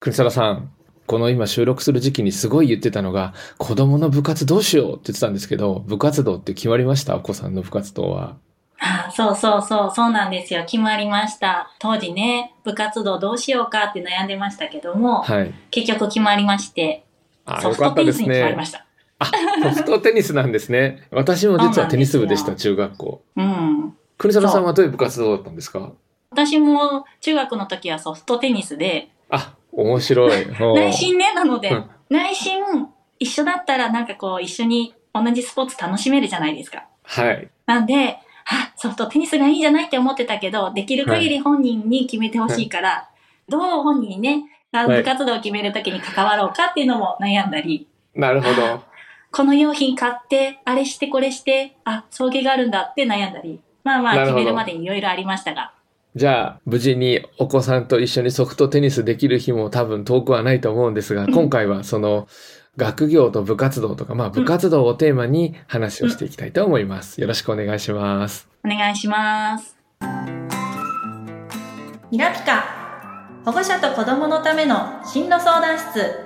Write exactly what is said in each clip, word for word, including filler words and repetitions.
国定さん、この今収録する時期にすごい言ってたのが、子供の部活どうしようって言ってたんですけど、部活動って決まりました？お子さんの部活動は。 あ、そうそうそう、そうなんですよ。決まりました。当時ね、部活動どうしようかって悩んでましたけども、 はい。 結局決まりまして、 ああ、 ソよかったでフトテニスに決まりますね。 した。 あ、ソフトテニスなんですね。私も実はテニそうなんでス部でした、 すよ。 中学校。 うん。 国定さんはそう。 どういう部活動だったんですか？ 私も中学の時はソフトテニスで、 あ、面白い。おー。 内心ね、なので、 うん。 内心一緒だったらなんかこう一緒に同じスポーツ楽しめるじゃないですか。 はい。 なんで、あ、ソフトテニスがいいんじゃないって思ってたけど、できるはい。 限り本人に決めてほはい。 しいから、どう本人にね、あのはい。 部活動を決めるときに関わろうかっていうのも悩んだり、 なるほあ、 ど。 この用品買って、あれしてこれして、あ、送迎があるんだって悩んだり、まあまあ決めるまなるほど。 でにいろいろありましたが。 じゃあ、無事にお子さんと一緒にソフトテニスできる日も多分遠くはないと思うんですが、 うん、 今回はその学業と部活動とか、まあ部うん、 活動をテーマに話をしてうん。 いきたいと思います。よろしくお願いします。 お願いします。ミラピカ、保護者と子供のための進路相談室。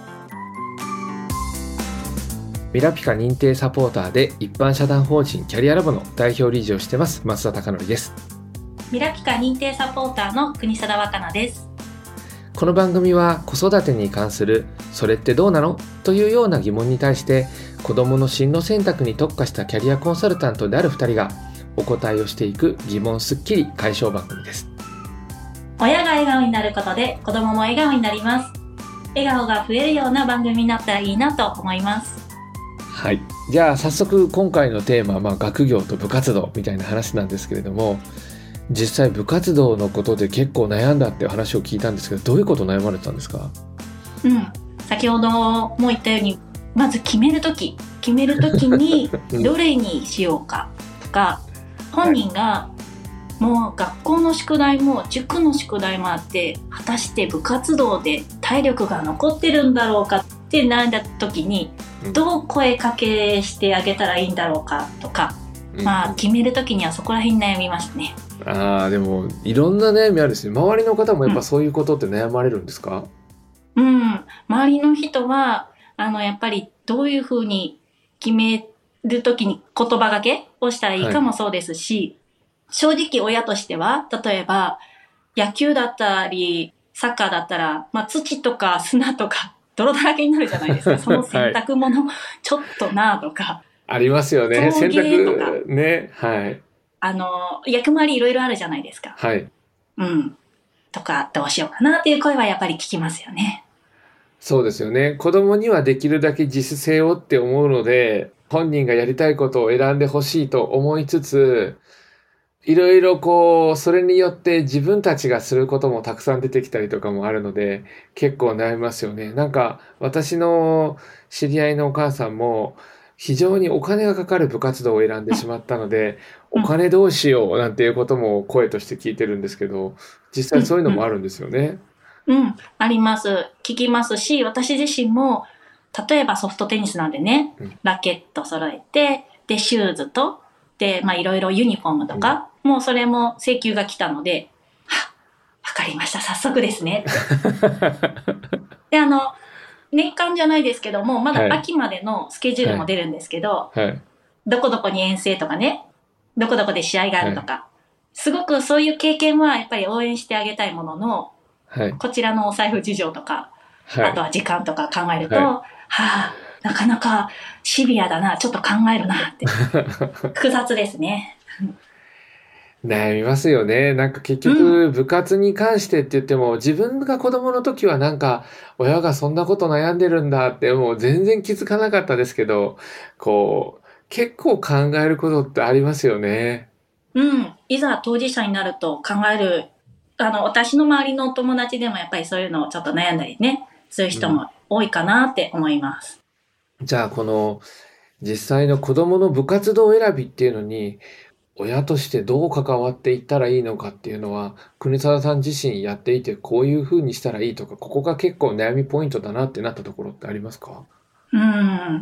ミラピカ認定サポーターで一般社団法人キャリアラボの代表理事をしてます、松田貴則です。 ミラピカ認定サポーターの国定若菜です。 この番組は子育てに関するそれってどうなのというような疑問に対して子どもの進路選択に特化したキャリアコンサルタントであるふたりがお答えをしていく疑問すっきり解消番組です。 親が笑顔になることで子供も笑顔になります。笑顔が増えるような番組になったらいいなと思います。 はい。じゃあ早速今回のテーマは、まあ、学業と部活動みたいな話なんですけれども、実際部活動のことで結構悩んだっていう話を聞いたんですけど、どういうこと悩まれてたんですか？ うん。先ほども言ったように、まず決めるとき、決めるときにうん。 どれにしようかとか、本はい。 人がもう学校の宿題も塾の宿題もあって、果たして部活動で体力が残ってるんだろうかって悩んだときに、 うん。 どう声かけしてあげたらいいんだろうかとか、 うん。 まあ決めるときにはそこら辺に悩みますね。 ああ、でも、いろんな悩みあるし、周りの方もやっぱうん。 そういうことって悩まれるんですか？ うん。周りの人は、あの、やっぱりどういうふうに決めるときに言葉がけをしたらいいはい。 かもそうですし、正直親としては、例えば、野球だったり、サッカーだったら、まあ、土とか砂とか泥だらけになるじゃないですか。その洗はい。 濯物、ちょっとなとか、 ありますよね。 送洗迎とか、 濯、ね。はい。 あの、役回りいろいろあるじゃないですか。 はい。 うん。とか、どうしようかなっていう声はやっぱり聞きますよね。 そうですよね。子供にはできるだけ自主性をって思うので、本人がやりたいことを選んでほしいと思いつつ、いろいろこう、それによって自分たちがすることもたくさん出てきたりとかもあるので、結構悩みますよね。なんか、私の知り合いのお母さんも、非常にお金がかかる部活動を選んでしまったので、 うん、 お金どうしようなんていうことも声として聞いてるんですけど、実うん、 際そういうのうん。 もあるんですよね。 うん、あります。聞きますし、私自身も、例えばソフトテニスなんでね、 うん。 ラケット揃えて、で、シューズと、で、まあいろいろユニフォームとうん。 か、もうそれも請求が来たので、は、わかりました、早速ですねって。で、あの、年間じゃないですけども、まだはい。 秋までのスケジュールはい。 も出るんですけど、 はい。 どこどこに遠征とかね、どこどこで試合があはい。 るとか、すごくそういう経験はやっぱり応援してあげたいものの、 はい。 こちらのお財布事情とか、 はい。 あとは時間とか考えると、 はい。 はあ、なかなかシビアだな、ちょっと考えるなって。複雑ですね。 悩みますよね。なんか結うん。 局部活に関してって言っても自分が子供の時はなんか親がそんなこと悩んでるんだってもう全然気づかなかったですけど、こう結構考えることってありますよね。 うん。いざ当事者になると考える、あの、私の周りのお友達でもやっぱりそういうのをちょっと悩んだりね、そういううん。 人も多いかなって思います。 じゃあこの実際の子供の部活動選びっていうのに親としてどう関わっていったらいいのかっていうのは国沢さん自身やっていてこういうふうにしたらいいとかここが結構悩みポイントだなってなったところってありますか？ うん。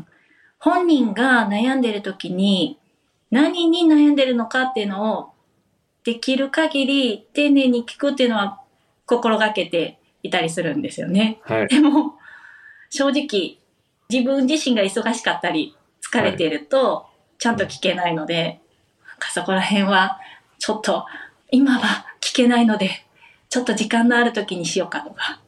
本人が悩んでる時に何に悩んでるのかっていうのをできる限り丁寧に聞くっていうのは心がけていたりするんですよね。 はい。 でも、正直、自分自身が忙しかったり、疲れていると、ちゃんと聞けないので、なんかそこら辺は、ちょっと、今は聞けないので、ちょっと時間のある時にしようかとか。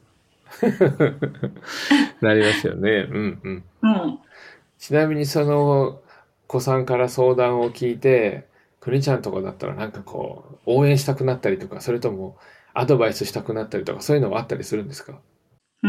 なりますよね。うんうん。 うん。 ちなみにその子さんから相談を聞いて、くにちゃんとかだったらなんかこう、応援したくなったりとか、それともアドバイスしたくなったりとか、そういうのはあったりするんですか？ うん。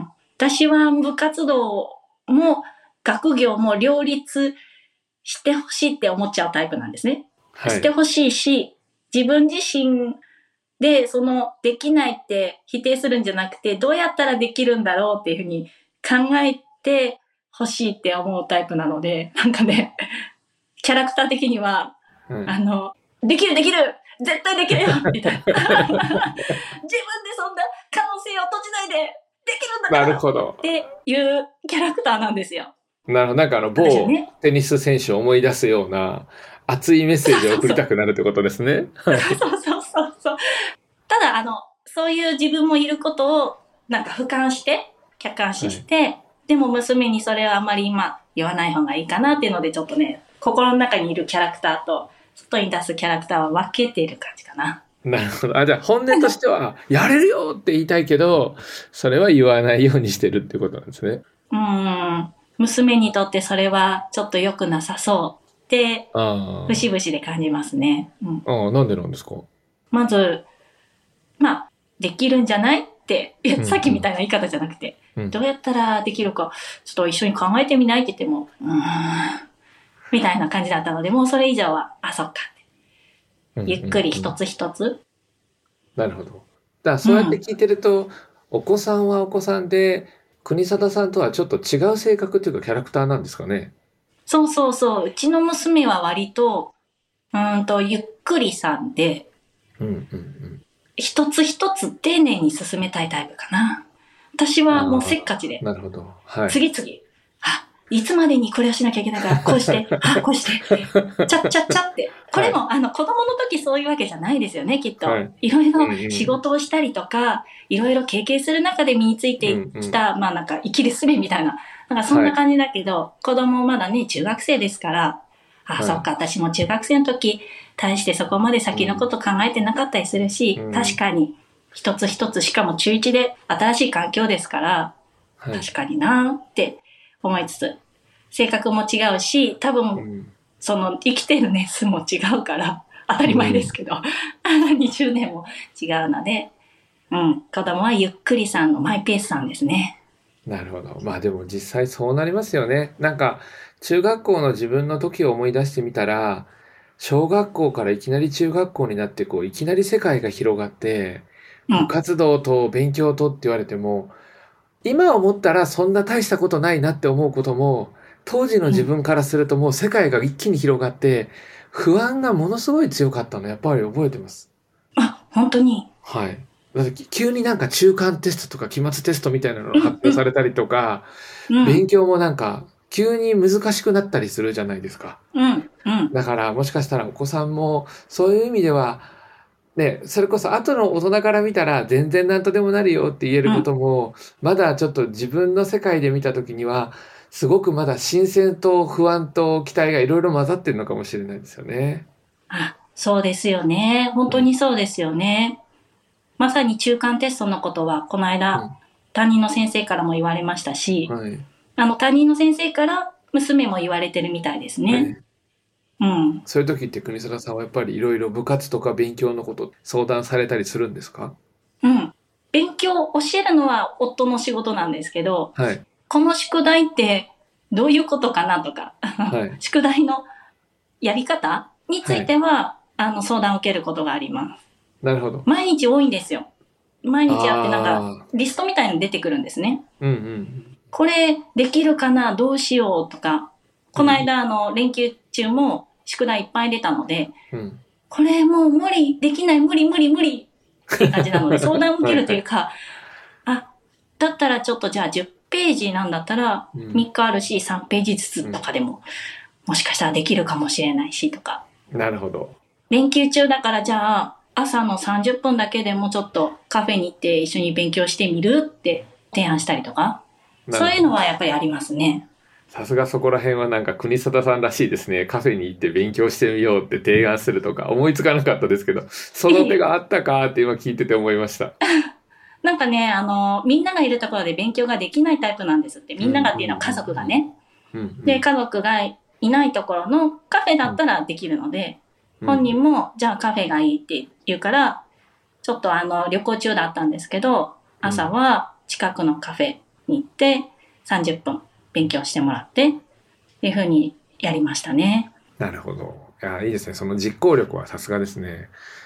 私は部活動も学業も両立してほしいって思っちゃうタイプなんですね。 はい。 してほしいし、自分自身でそのできないって否定するんじゃなくて、どうやったらできるんだろうっていうふうに考えてほしいって思うタイプなので、なんかね、キャラクター的には、 はい。 あの、できるできる絶対できるよみたいな。自分でそんな可能性を閉じないでできるんだかなるらっほど。 ていうキャラクターなんですよ。 なるほど。なんかあの、某私はね。 テニス選手を思い出すような熱いメッセージを送りそうそうそう。 たくなるってことですね。はい。 そうそうそうそう。ただ、あの、そういう自分もいることを、なんか俯瞰して、客観視はい。 して、でも娘にそれはあんまり今言わない方がいいかなっていうので、ちょっとね、心の中にいるキャラクターと、外に出すキャラクターは分けている感じかな。 なるほど。あ、じゃあ本音としては、やれるよって言いたいけど、それは言わないようにしてるってことなんですね。 うーん。娘にとってそれはちょっと良くなさそうって、節々 あで感じますね。うん。 あ。ああ、なんでなんですか？ まず、まあ、できるんじゃないって、 うんさっきみうん。 たいな言い方じゃなくて、 うん。 どうやったらできるか、ちょっと一緒に考えてみないって言っても、うーん、みたいな感じだったので、もうそれ以上は、あ、そっか。 うんゆっくりうんうん。 一つ一つ。 なるほど。だからうん。 そうやって聞いてると、お子さんはお子さんで、国定さんとはちょっと違う性格というかキャラクターなんですかね。 そうそうそう。うちの娘は割と、うーんと、ゆっくりさんで、 うんうん一つ一つ丁寧に進めたいタイプかな。私うん。 はもうあせっかちあ、 で、 なるほど。はい。 次々、あ、いつまでにこれをしなきゃいけないから、こうして、あ、こうして、ちゃっちゃっちゃって。こはい。 れも、あの、子供の時そういうわけじゃないですよね、きっと。 はい。 いろいうんろ仕うん。 事をしたりとか、いろいろ経験する中で身についてうんうん。 きた、まあなんか生きる術みたいな、なんかそんはい。 な感じだけど、子供まだね、中学生ですから、あ、 はい。 そっか、私も中学生の時、大してそこまでうん。 先のこと考えてなかったりするし、確うん。 かに、一つ一つ、しかも中いちで新しい環境ですから、 はい。 確かになーって思いつつ、性格も違うし、多分、 うん。 その生きてる年数も違うから、当たり前でうん。 すけど、にじゅうねんも違うので、うん、子供はゆっくりさんのマイペースさんですね。 なるほど。まあでも実際そうなりますよね。なんか、中学校の自分の時を思い出してみたら、小学校からいきなり中学校になって、こう、いきなり世界が広がって、部うん、 活動と勉強とって言われても、今思ったらそんな大したことないなって思うことも、当時のうん。 自分からするともう世界が一気に広がって、不安がものすごい強かったの、やっぱり覚えてます。 あ、本当に。 はい。だって急になんか中間テストとか期末テストみたいなのがうん、 発うん、 表されたりとか、 うん、 勉強もなんか急に難しくなったりするじゃないですか。 うん、うん、 だからもしかしたらお子さんもそういう意味では、ね、それこそ後の大人から見たら全然なんとでもなるよって言えるこうん。 とも、まだちょっと自分の世界で見た時には、すごくまだ新鮮と不安と期待がいろいろ混ざってるのかもしれないですよね。 あ、そうですよね。本当うん。 にそうですよね。まさに中間テストのことは、この間、 うん。 担任の先生からも言われましたし、 はい。 あの、担任の先生から娘も言われてるみたいですね。 はい。 うん。 そういう時って国定さんはやっぱりいろいろ部活とか勉強のこと相談されたりするんですか？ うん。勉強、教えるのは夫の仕事なんですけど、 はい。 この宿題ってどういうことかなとか、 はい。 宿題のやり方についはい。 ては、あの、相談を受けることがあります。 なるほど。 毎日多いんですよ。毎日あってなんか、 ああ。 リストみたいに出てくるんですね。 うんうんこれできるかなどうしようとか、 うん。 このうん。 間あの、連休中も宿題いっぱい出たので、 うん。 これもう無理、できない、無理無理無理っていう感じなので、相談を受けるはいはい。 というか、あ、だったらちょっとじゃあじゅっページなんだったらうん。 みっかあるしさんページずつうん。 とかでももしかしたらできるかもしれないしとか。 なるほど。 連休中だからじゃあ朝のさんじゅっぷんだけでもちょっとカフェに行って一緒に勉強してみるって提案したりとか、そういうのはやっぱりありますね。 さすがそこら辺はなんか国定さんらしいですね。カフェに行って勉強してみようって提案するとか思いつかなかったですけど、その手があったかって今聞いてて思いました。 なんかね、あの、みんながいるところで勉強ができないタイプなんですって。みんながっていうのは家族がね。で、家族がいないところのカフェだったらできるので、本人もじゃあカフェがいいって言うから、ちょっとあの旅行中だったんですけど、朝は近くのカフェに行ってさんじゅっぷん勉強してもらってっていう風にやりましたね。 なるほど。いや、いいですね。その実行力はさすがですね。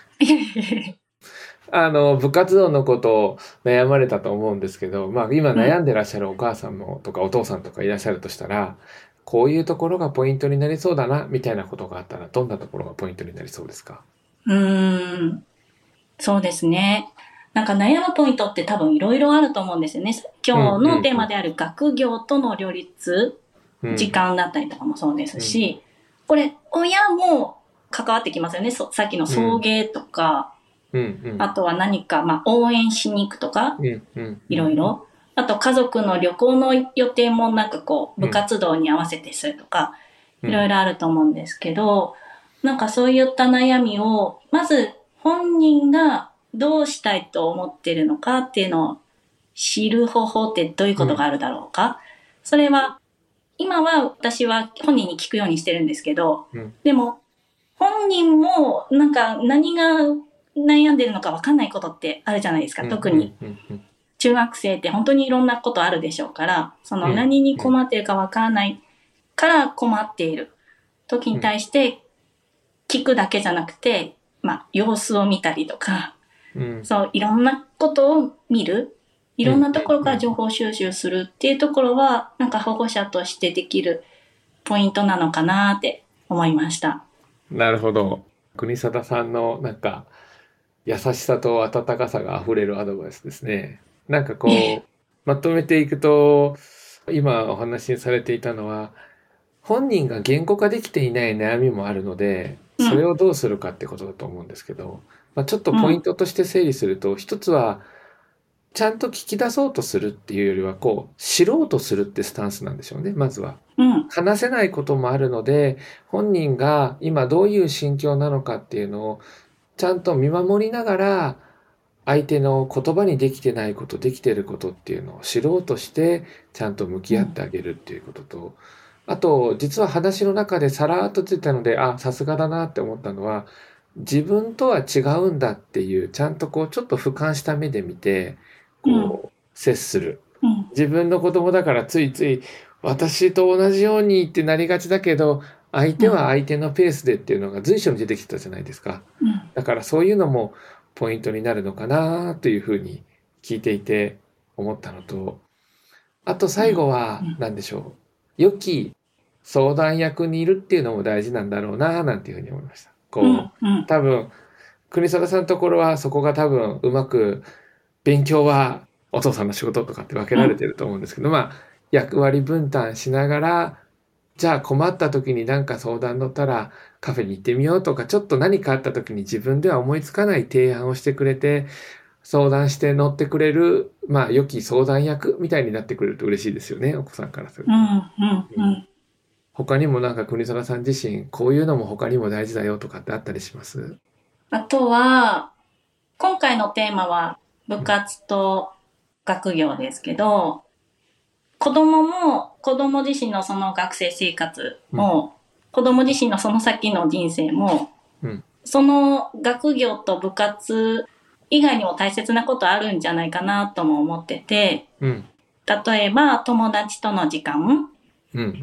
あの、部活動のことを悩まれたと思うんですけど、まあ今悩んでらっしゃるお母さんもとかお父さんとかいらっしゃるとしたら、こういうところがポイントになりそうだな、みたいなことがあったら、どんなところがポイントになりそうですか？ うーん、そうですね。なんか悩むポイントって多分いろいろあると思うんですよね。今日のテーマである学業との両立、うん、時間だったりとかもそうですし、うん、これ親も関わってきますよね。さっきの送迎とか、うんうん、あとは何か、まあ、応援しに行くとか、いろいろ。あと家族の旅行の予定もなんかこう部活動に合わせてするとか、いろいろあると思うんですけど、なんかそういった悩みをまず本人がどうしたいと思ってるのかっていうのを知る方法ってどういうことがあるだろうか、うん、それは今は私は本人に聞くようにしてるんですけど、うん、でも本人もなんか何が悩んでるのか分かんないことってあるじゃないですか。特に中学生って本当にいろんなことあるでしょうから、その何に困ってるか分からないから困っている時に対して聞くだけじゃなくて、まあ様子を見たりとか、うん、そういろんなことを見る、いろんなところから情報収集するっていうところはなんか保護者としてできるポイントなのかなって思いました。 なるほど。国定さんのなんか優しさと温かさがあふれるアドバイスですね。なんかこうまとめていくと、今お話しされていたのは本人が言語化できていない悩みもあるので、それをどうするかってことだと思うんですけど、まあ、ちょっとポイントとして整理すると、一つはちゃんと聞き出そうとするっていうよりは、こう知ろうとするってスタンスなんでしょうね。まずは、うん、話せないこともあるので、本人が今どういう心境なのかっていうのをちゃんと見守りながら、相手の言葉にできてないこと、できてることっていうのを知ろうとしてちゃんと向き合ってあげるっていうことと、うん、あと実は話の中でさらっとついたので、あ、さすがだなって思ったのは、自分とは違うんだっていうちゃんとこうちょっと俯瞰した目で見てこう、うん、接する、うん、自分の子供だからついつい私と同じようにってなりがちだけど、相手は相手のペースでっていうのが随所に出てきたじゃないですか、うん、だからそういうのもポイントになるのかなというふうに聞いていて思ったのと、あと最後は何でしょう、良き相談役にいるっていうのも大事なんだろうななんていうふうに思いました。こう、うんうん、多分国定さんのところはそこが多分うまく勉強はお父さんの仕事とかって分けられてると思うんですけど、うん、まあ役割分担しながら、じゃあ困った時に何か相談乗ったらカフェに行ってみようとか、ちょっと何かあった時に自分では思いつかない提案をしてくれて相談して乗ってくれる、まあ良き相談役みたいになってくれると嬉しいですよね、お子さんからすると。うんうんうん、他にもなんか国定さん自身こういうのも他にも大事だよとかってあったりします？ あとは今回のテーマは部活と学業ですけど、子供も子供自身のその学生生活も、うん、子供自身のその先の人生も、うん、その学業と部活以外にも大切なことあるんじゃないかなとも思ってて、うん、例えば友達との時間、うんうんうん、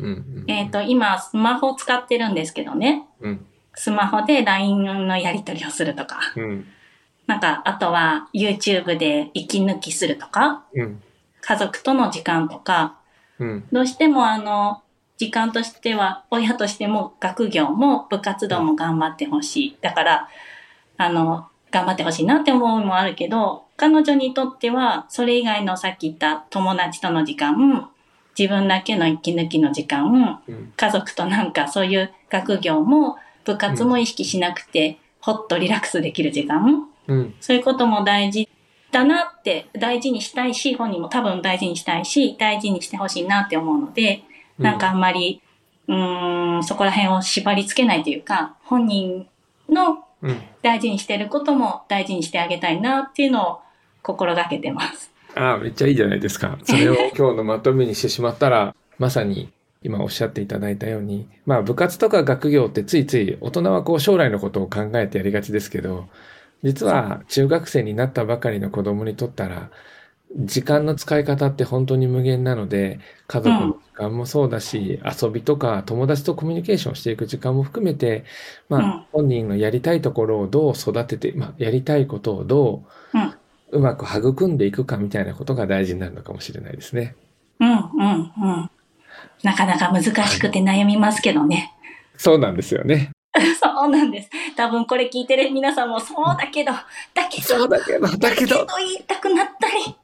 えっと今スマホを使ってるんですけどね、うん、スマホで ライン のやり取りをするとか、うん、なんかあとは YouTube で息抜きするとか、うん、家族との時間とか、うん、どうしてもあの時間としては親としても学業も部活動も頑張ってほしい、だからあの頑張ってほしいなって思うのもあるけど、彼女にとってはそれ以外のさっき言った友達との時間、自分だけの息抜きの時間、うん、家族となんかそういう学業も部活も意識しなくてほっとリラックスできる時間、 うん、 そういうことも大事だなって、大事にしたいし、本人も多分大事にしたいし、大事にしてほしいなって思うので、なんかあんまり、うーん、そこら辺を縛り付けないというか、本人の大事にしてることも大事にしてあげたいなっていうのを心がけてます。 ああ、めっちゃいいじゃないですか。それを今日のまとめにしてしまったら、まさに今おっしゃっていただいたように、まあ部活とか学業ってついつい大人はこう将来のことを考えてやりがちですけど、実は中学生になったばかりの子供にとったら、時間の使い方って本当に無限なので、家族の時間もそうだし、うん、遊びとか友達とコミュニケーションしていく時間も含めて、まあ、うん、本人のやりたいところをどう育てて、まあ、やりたいことをどう、うん、うまく育んでいくかみたいなことが大事になるのかもしれないですね。 うん、うん、うん。なかなか難しくて悩みますけどね。はい、 そうなんですよね。 そうなんです。多分これ聞いてる皆さんもそうだけど、だけど、 そうだけど、だけど、 だけど言いたくなったり。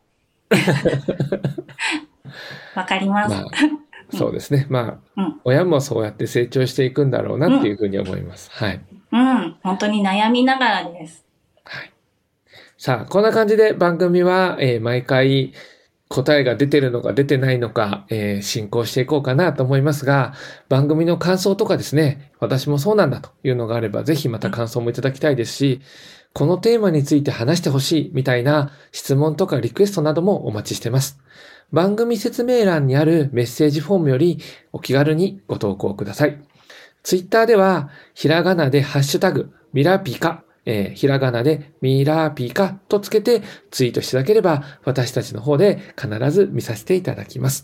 わかります。まあ、そうですね。まあ、うん、親もそうやって成長していくんだろうなっていうふうに思います。うん、はい。 うん、本当に悩みながらです。 はい。さあ、こんな感じで番組は、えー、毎回答えが出てるのか出てないのか、えー、進行していこうかなと思いますが、番組の感想とかですね、私もそうなんだというのがあれば、ぜひまた感想もいただきたいですし、このテーマについて話してほしいみたいな質問とかリクエストなどもお待ちしてます。番組説明欄にあるメッセージフォームよりお気軽にご投稿ください。ツイッターではひらがなでハッシュタグミラピカ、えー、ひらがなでミラピカとつけてツイートしていただければ私たちの方で必ず見させていただきます。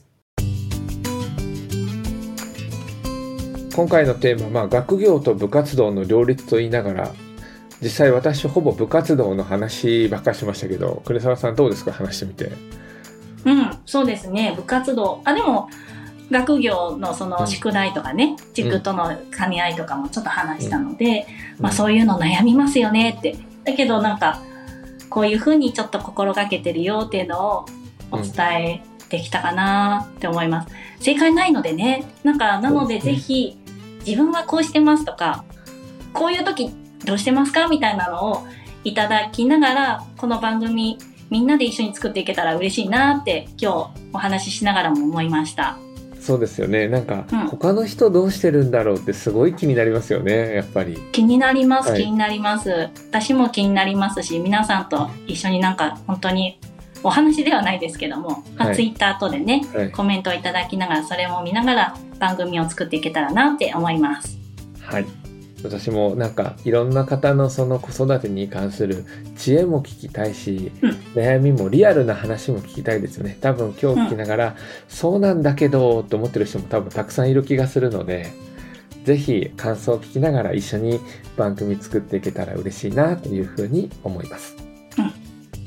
今回のテーマは、まあ、学業と部活動の両立と言いながら、実際私ほぼ部活動の話ばっかりしましたけど、栗沢さんどうですか、話してみて。 うん、そうですね。部活動、あでも学業のその宿題とかね、うん、塾との兼ね合いとかもちょっと話したので、うん、まあそういうの悩みますよねって。だけどなんかこういうふうにちょっと心がけてるよっていうのをお伝えできたかなって思います。うん、正解ないのでね。なんかなのでぜひ自分はこうしてますとか、こういう時どうしてますかみたいなのをいただきながら、この番組みんなで一緒に作っていけたら嬉しいなって今日お話ししながらも思いました。 そうですよね。なんか、うん、他の人どうしてるんだろうってすごい気になりますよね、やっぱり。 気になります、はい、気になります。私も気になりますし、皆さんと一緒になんか本当にお話ではないですけども、はい、ツイッターとでね、はい、コメントをいただきながらそれも見ながら番組を作っていけたらなって思います。 はい。私もなんかいろんな方のその子育てに関する知恵も聞きたいし、うん、悩みもリアルな話も聞きたいですよね。多分今日聞きながら、うん、そうなんだけどと思ってる人も多分たくさんいる気がするので、ぜひ感想を聞きながら一緒に番組作っていけたら嬉しいなというふうに思います。 うん、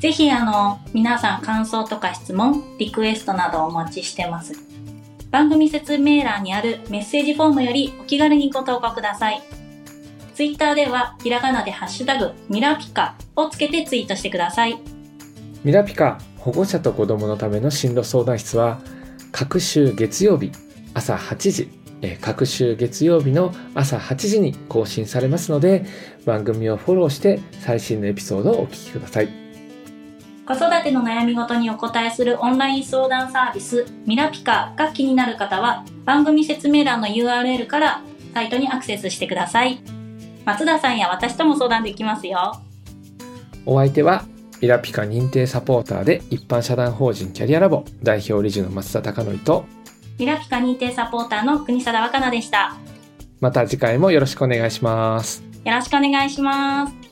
ぜひあの皆さん感想とか質問、リクエストなどお待ちしてます。番組説明欄にあるメッセージフォームよりお気軽にご投稿ください。ツイッターではひらがなでハッシュタグミラピカをつけてツイートしてください。 ミラピカ保護者と子どものための進路相談室は各週月曜日朝はちじ、え各週月曜日の朝はちじに更新されますので、番組をフォローして最新のエピソードをお聞きください。 子育ての悩み事にお答えするオンライン相談サービスミラピカが気になる方は番組説明欄の ユーアールエル からサイトにアクセスしてください。松田さんや私とも相談できますよ。 お相手はミラピカ認定サポーターで一般社団法人キャリアラボ代表理事の松田貴則とミラピカ認定サポーターの国定若菜でした。 また次回もよろしくお願いします。 よろしくお願いします。